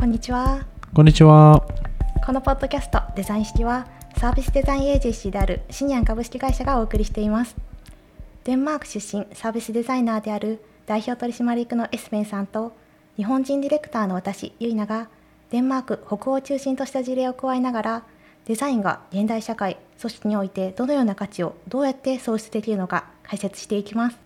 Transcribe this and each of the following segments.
こんにちは。 こんにちは。 このポッドキャストデザイン式はサービスデザインエージェンシーであるシニアン株式会社がお送りしています。デンマーク出身サービスデザイナーである代表取締役のエスベンさんと日本人ディレクターの私ユイナがデンマーク北欧を中心とした事例を加えながらデザインが現代社会組織においてどのような価値をどうやって創出できるのか解説していきます。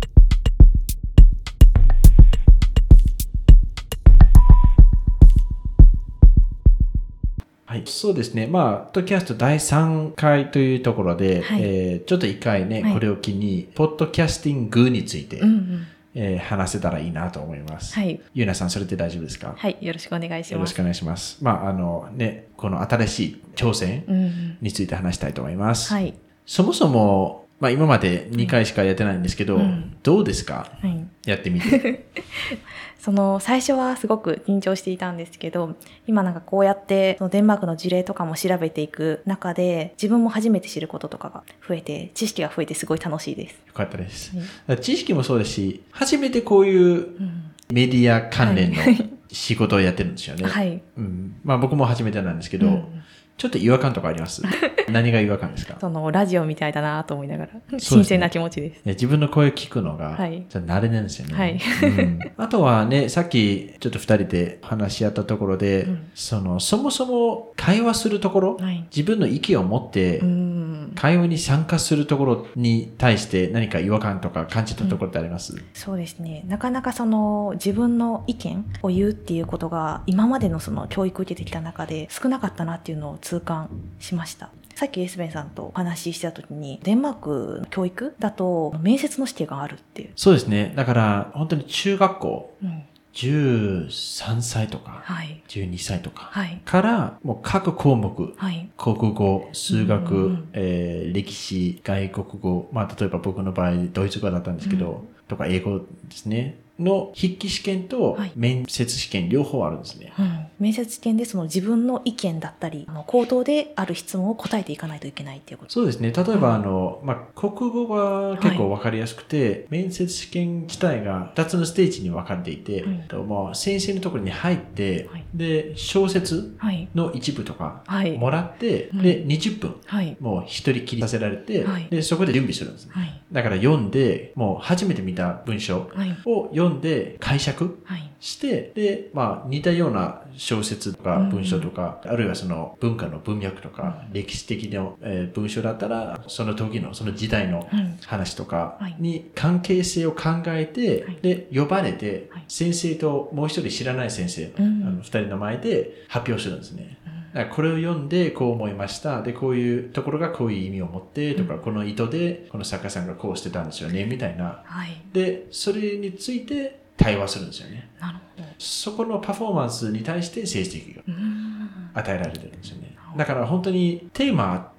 はい、そうですね。ポッドキャスト第3回というところで、 はい、 ちょっと一回ね、 はい、 これを機に、ポッドキャスティングについて、話せたらいいなと思います。 はい。 ゆうなさん、それで大丈夫ですか？ はい、よろしくお願いします。 よろしくお願いします。この新しい挑戦について話したいと思います。 はい。 そもそも、今まで2回しかやってないんですけど、どうですか？ はい、 やってみて。 最初はすごく緊張していたんですけど、今なんかこうやってデンマークの事例とかも調べていく中で、自分も初めて知ることとかが増えて、知識が増えてすごい楽しいです。 よかったです。 はい、 知識もそうですし、初めてこういうメディア関連の仕事をやってるんですよね。 はい。 僕も初めてなんですけど、ちょっと違和感とかあります？何が違和感ですか？ ラジオみたいだなと思いながら、新鮮な気持ちです。 自分の声を聞くのが、ちょっと慣れないんですよね。 はい。 あとはね、さっきちょっと二人で話し合ったところで、そもそも会話するところ、自分の意見を持って、会話に参加するところに対して何か違和感とか感じたところってあります？ そうですね。なかなか自分の意見を言うっていうことが今までの教育を受けてきた中で少なかったなっていうのを痛感しました。さっきエスベンさんとお話ししてた時にデンマークの教育だと面接の試験があるっていう。 そうですね。だから本当に中学校、13歳とか、12歳とかからもう各項目、国語、数学、歴史、外国語、例えば僕の場合ドイツ語だったんですけど、とか英語ですね。の筆記試験と面接試験両方あるんですね。 面接試験で自分の意見だったり、口頭である質問を答えていかないといけないっていうこと。 そうですね。例えば国語は結構わかりやすくて、面接試験自体が2つのステージに分かれていて、先生のところに入って、で、小説の一部とかもらって、で、20分、もう一人きりさせられて、で、そこで準備するんですね。だから読んで、もう初めて見た文章を読んで解釈して、で、似たような小説とか文章とか、あるいはその文化の文脈とか、歴史的な文章だったら、その時の、その時代の話とかに関係性を考えて、で、呼ばれて、先生ともう一人知らない先生、二人の前で発表するんですね。これを読んでこう思いました。で、こういうところがこういう意味を持ってとか、この意図でこの作家さんがこうしてたんですよね、みたいな。で、それについて対話するんですよね。 なるほど。 そこのパフォーマンスに対して成績が与えられてるんですよね。だから本当にテーマあって、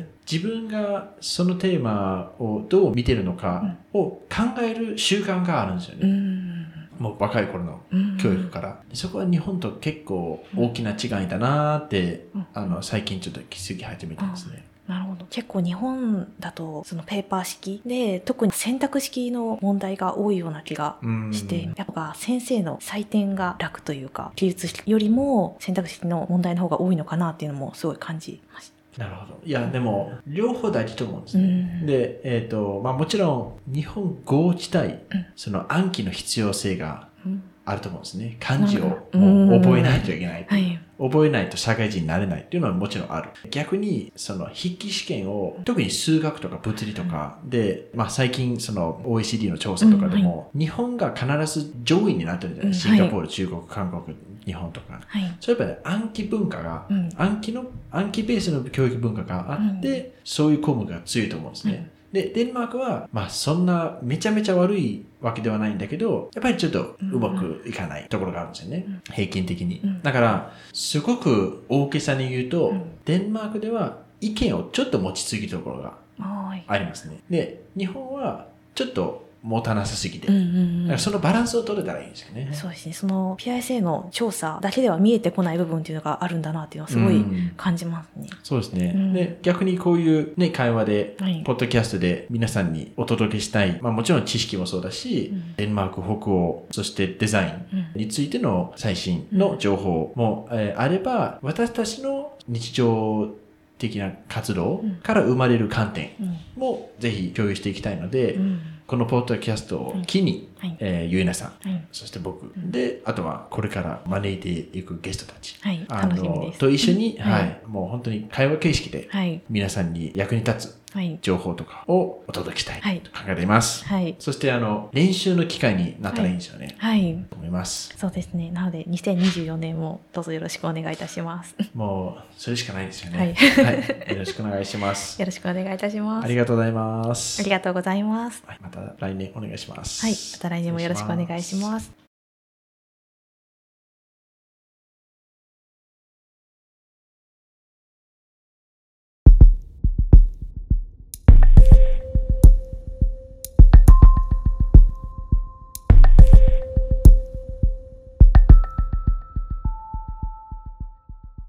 自分がそのテーマをどう見てるのかを考える習慣があるんですよね。もう若い頃の教育から。そこは日本と結構大きな違いだなーって、最近ちょっと気づき始めたんですね。 なるほど。結構日本だとペーパー式で特に選択式の問題が多いような気がして、やっぱ先生の採点が楽というか、記述式よりも選択式の問題の方が多いのかなっていうのもすごい感じました。 なるほど。いや、でも、両方大事と思うんですね。で、もちろん、日本語自体、その暗記の必要性があると思うんですね。漢字をもう覚えないといけない。覚えないと社会人になれないっていうのはもちろんある。逆に、筆記試験を、特に数学とか物理とかで、最近OECD の調査とかでも、日本が必ず上位になってるんじゃない？シンガポール、中国、韓国、日本とか。そういえばね、暗記文化が、暗記ベースの教育文化があって、そういう項目が強いと思うんですね。で、デンマークは、そんなめちゃめちゃ悪いわけではないんだけど、やっぱりちょっとうまくいかないところがあるんですよね。平均的に。だから、すごく大げさに言うと、デンマークでは意見をちょっと持ちすぎるところがありますね。で、日本はちょっと持たなさすぎて、だからそのバランスを取れたらいいんですよね。 そうですね。その PISA の調査だけでは見えてこない部分っていうのがあるんだなっていうのはすごい感じますね。 そうですね。で、逆にこういう、ね、会話で、ポッドキャストで皆さんにお届けしたい、もちろん知識もそうだし、デンマーク北欧、そしてデザインについての最新の情報も、あれば、私たちの日常的な活動から生まれる観点もぜひ共有していきたいので、このポッドキャストを機に、ゆいなさん、そして僕、で、あとはこれから招いていくゲストたち、 楽しみです。 と一緒に、もう本当に会話形式で、皆さんに役に立つ情報とかをお届けしたいと考えています。そして練習の機会になったらいいんですよね。と思います。 そうですね。なので2024年もどうぞよろしくお願いいたします。 もうそれしかないですよね。よろしくお願いします。 よろしくお願いいたします。 ありがとうございます。 ありがとうございます。 また来年お願いします。 また来年もよろしくお願いします。